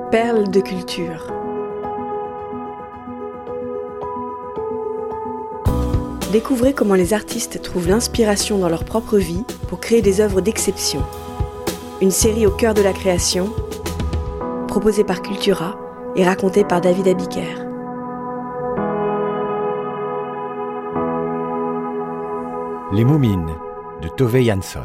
Perles de culture. Découvrez comment les artistes trouvent l'inspiration dans leur propre vie pour créer des œuvres d'exception. Une série au cœur de la création, proposée par Cultura et racontée par David Abiker. Les Moumines de Tove Jansson.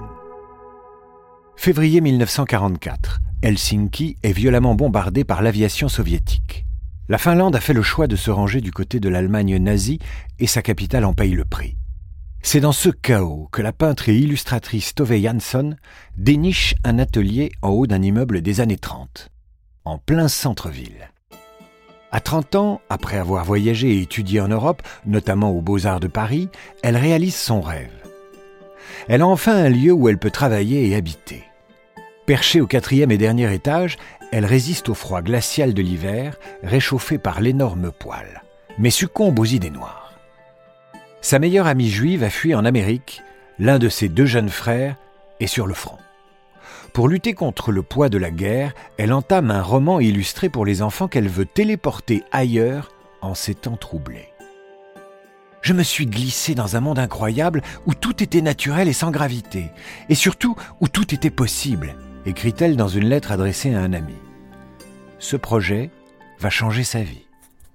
Février 1944, Helsinki est violemment bombardée par l'aviation soviétique. La Finlande a fait le choix de se ranger du côté de l'Allemagne nazie et sa capitale en paye le prix. C'est dans ce chaos que la peintre et illustratrice Tove Jansson déniche un atelier en haut d'un immeuble des années 30, en plein centre-ville. À 30 ans, après avoir voyagé et étudié en Europe, notamment aux Beaux-Arts de Paris, elle réalise son rêve. Elle a enfin un lieu où elle peut travailler et habiter. Perchée au 4e et dernier étage, elle résiste au froid glacial de l'hiver, réchauffée par l'énorme poêle, mais succombe aux idées noires. Sa meilleure amie juive a fui en Amérique, l'un de ses 2 jeunes frères est sur le front. Pour lutter contre le poids de la guerre, elle entame un roman illustré pour les enfants qu'elle veut téléporter ailleurs en ces temps troublés. Je me suis glissée dans un monde incroyable où tout était naturel et sans gravité, et surtout où tout était possible, écrit-elle dans une lettre adressée à un ami. Ce projet va changer sa vie.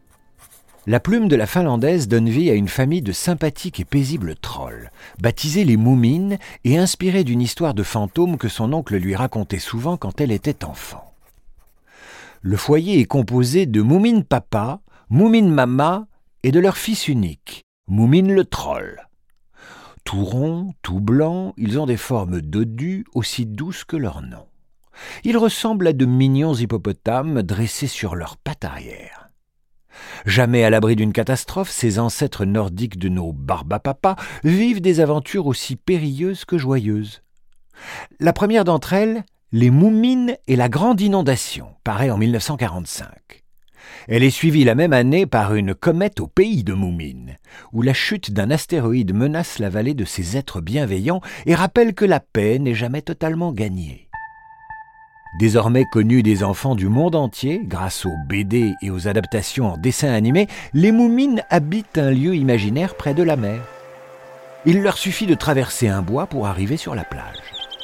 La plume de la Finlandaise donne vie à une famille de sympathiques et paisibles trolls, baptisés les Moumines et inspirés d'une histoire de fantôme que son oncle lui racontait souvent quand elle était enfant. Le foyer est composé de Moumine Papa, Moumine Mama et de leur fils unique, Moumine le troll. Tout ronds, tout blancs, ils ont des formes dodues aussi douces que leur nom. Ils ressemblent à de mignons hippopotames dressés sur leurs pattes arrière. Jamais à l'abri d'une catastrophe, ces ancêtres nordiques de nos barbapapas vivent des aventures aussi périlleuses que joyeuses. La première d'entre elles, les Moumines et la Grande Inondation, paraît en 1945. Elle est suivie la même année par une comète au pays de Moumines, où la chute d'un astéroïde menace la vallée de ces êtres bienveillants et rappelle que la paix n'est jamais totalement gagnée. Désormais connus des enfants du monde entier, grâce aux BD et aux adaptations en dessin animé, les Moumines habitent un lieu imaginaire près de la mer. Il leur suffit de traverser un bois pour arriver sur la plage.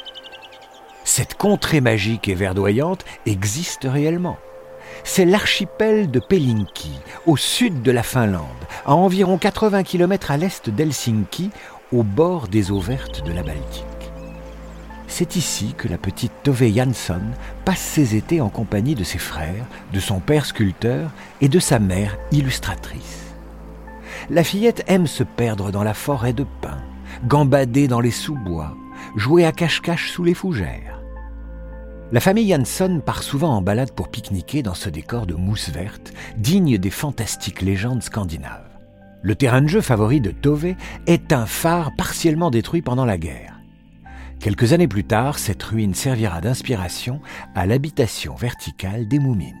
Cette contrée magique et verdoyante existe réellement. C'est l'archipel de Pelinki, au sud de la Finlande, à environ 80 km à l'est d'Helsinki, au bord des eaux vertes de la Baltique. C'est ici que la petite Tove Jansson passe ses étés en compagnie de ses frères, de son père sculpteur et de sa mère illustratrice. La fillette aime se perdre dans la forêt de pins, gambader dans les sous-bois, jouer à cache-cache sous les fougères. La famille Jansson part souvent en balade pour pique-niquer dans ce décor de mousse verte, digne des fantastiques légendes scandinaves. Le terrain de jeu favori de Tove est un phare partiellement détruit pendant la guerre. Quelques années plus tard, cette ruine servira d'inspiration à l'habitation verticale des Moumines.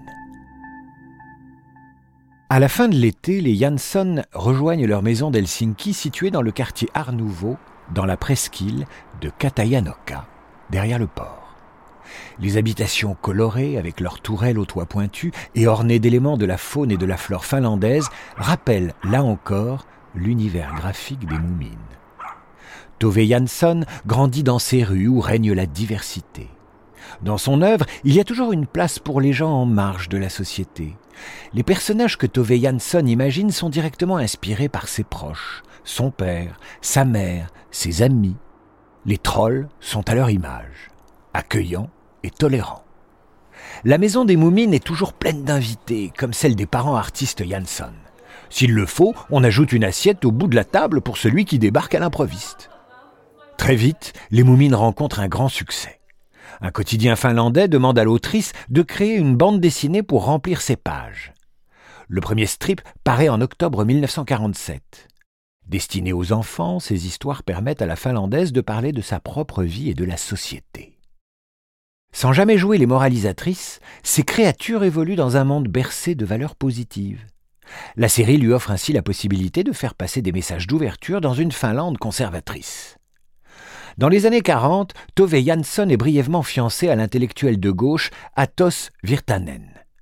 À la fin de l'été, les Jansson rejoignent leur maison d'Helsinki située dans le quartier Art Nouveau, dans la presqu'île de Katajanoka, derrière le port. Les habitations colorées, avec leurs tourelles aux toits pointus et ornées d'éléments de la faune et de la flore finlandaise, rappellent, là encore, l'univers graphique des Moumines. Tove Jansson grandit dans ces rues où règne la diversité. Dans son œuvre, il y a toujours une place pour les gens en marge de la société. Les personnages que Tove Jansson imagine sont directement inspirés par ses proches, son père, sa mère, ses amis. Les trolls sont à leur image, accueillants et tolérants. La maison des Moumines est toujours pleine d'invités, comme celle des parents artistes Jansson. S'il le faut, on ajoute une assiette au bout de la table pour celui qui débarque à l'improviste. Très vite, les Moumines rencontrent un grand succès. Un quotidien finlandais demande à l'autrice de créer une bande dessinée pour remplir ses pages. Le premier strip paraît en octobre 1947. Destiné aux enfants, ces histoires permettent à la Finlandaise de parler de sa propre vie et de la société. Sans jamais jouer les moralisatrices, ces créatures évoluent dans un monde bercé de valeurs positives. La série lui offre ainsi la possibilité de faire passer des messages d'ouverture dans une Finlande conservatrice. Dans les années 40, Tove Jansson est brièvement fiancée à l'intellectuel de gauche Atos Virtanen.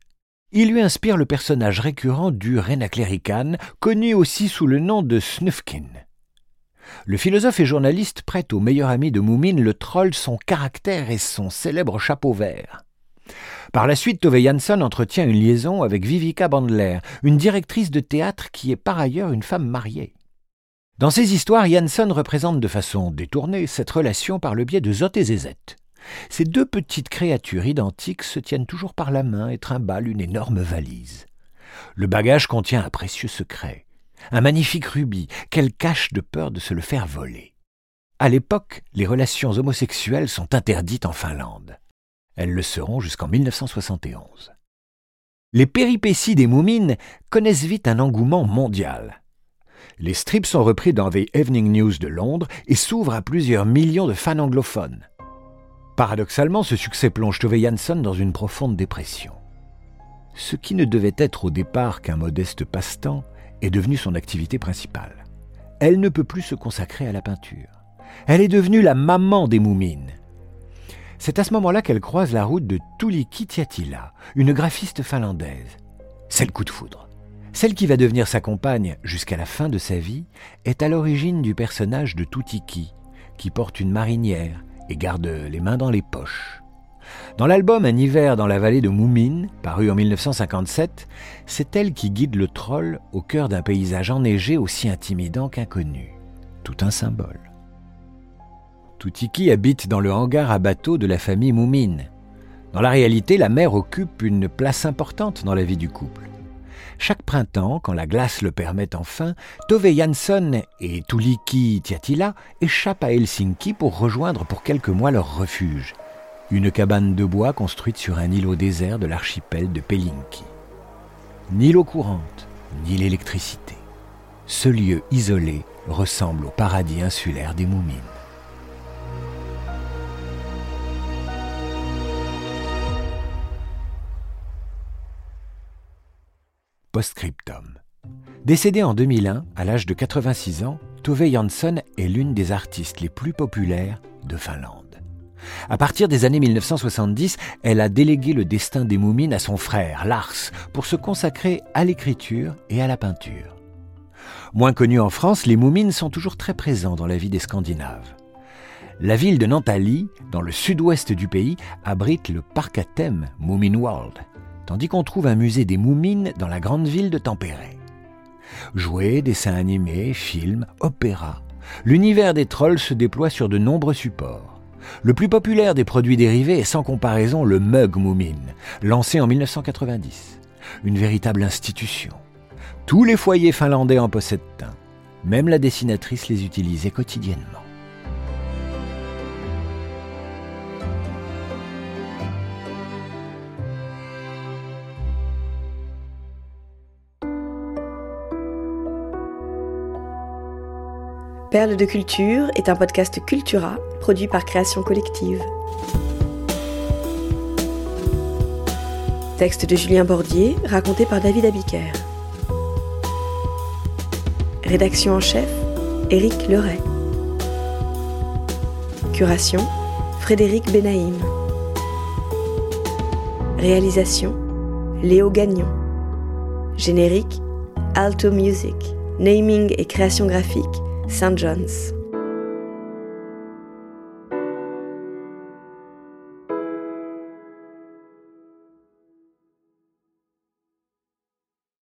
Il lui inspire le personnage récurrent du Rhénaclérican, connu aussi sous le nom de Snufkin. Le philosophe et journaliste prête au meilleur ami de Moomin le troll son caractère et son célèbre chapeau vert. Par la suite, Tove Jansson entretient une liaison avec Vivica Bandler, une directrice de théâtre qui est par ailleurs une femme mariée. Dans ces histoires, Jansson représente de façon détournée cette relation par le biais de Zot et Zezet. Ces deux petites créatures identiques se tiennent toujours par la main et trimballent une énorme valise. Le bagage contient un précieux secret, un magnifique rubis qu'elle cache de peur de se le faire voler. À l'époque, les relations homosexuelles sont interdites en Finlande. Elles le seront jusqu'en 1971. Les péripéties des Moomins connaissent vite un engouement mondial. Les strips sont repris dans The Evening News de Londres et s'ouvrent à plusieurs millions de fans anglophones. Paradoxalement, ce succès plonge Tove Jansson dans une profonde dépression. Ce qui ne devait être au départ qu'un modeste passe-temps est devenu son activité principale. Elle ne peut plus se consacrer à la peinture. Elle est devenue la maman des Moomins. C'est à ce moment-là qu'elle croise la route de Tuulikki Tiatila, une graphiste finlandaise. C'est le coup de foudre. Celle qui va devenir sa compagne jusqu'à la fin de sa vie est à l'origine du personnage de Tuutikki, qui porte une marinière et garde les mains dans les poches. Dans l'album Un hiver dans la vallée de Moomin, paru en 1957, c'est elle qui guide le troll au cœur d'un paysage enneigé aussi intimidant qu'inconnu. Tout un symbole. Tuutikki habite dans le hangar à bateau de la famille Moomin. Dans la réalité, la mer occupe une place importante dans la vie du couple. Chaque printemps, quand la glace le permet enfin, Tove Jansson et Tuulikki Tiatila échappent à Helsinki pour rejoindre pour quelques mois leur refuge, une cabane de bois construite sur un îlot désert de l'archipel de Pelinki. Ni l'eau courante, ni l'électricité. Ce lieu isolé ressemble au paradis insulaire des Moomins. Post-scriptum. Décédée en 2001, à l'âge de 86 ans, Tove Jansson est l'une des artistes les plus populaires de Finlande. À partir des années 1970, elle a délégué le destin des Moomins à son frère, Lars, pour se consacrer à l'écriture et à la peinture. Moins connus en France, les Moomins sont toujours très présents dans la vie des Scandinaves. La ville de Naantali, dans le sud-ouest du pays, abrite le parc à thème Moomin World, tandis qu'on trouve un musée des Moomins dans la grande ville de Tampere. Jouets, dessins animés, films, opéras, l'univers des trolls se déploie sur de nombreux supports. Le plus populaire des produits dérivés est sans comparaison le mug Moomin, lancé en 1990. Une véritable institution. Tous les foyers finlandais en possèdent un. Même la dessinatrice les utilisait quotidiennement. Perles de culture est un podcast Cultura, produit par Création Collective. Texte de Julien Bordier, raconté par David Abiker. Rédaction en chef, Éric Leray. Curation, Frédéric Benaïm. Réalisation, Léo Gagnon. Générique, Alto Music. Naming et création graphique, St. John's.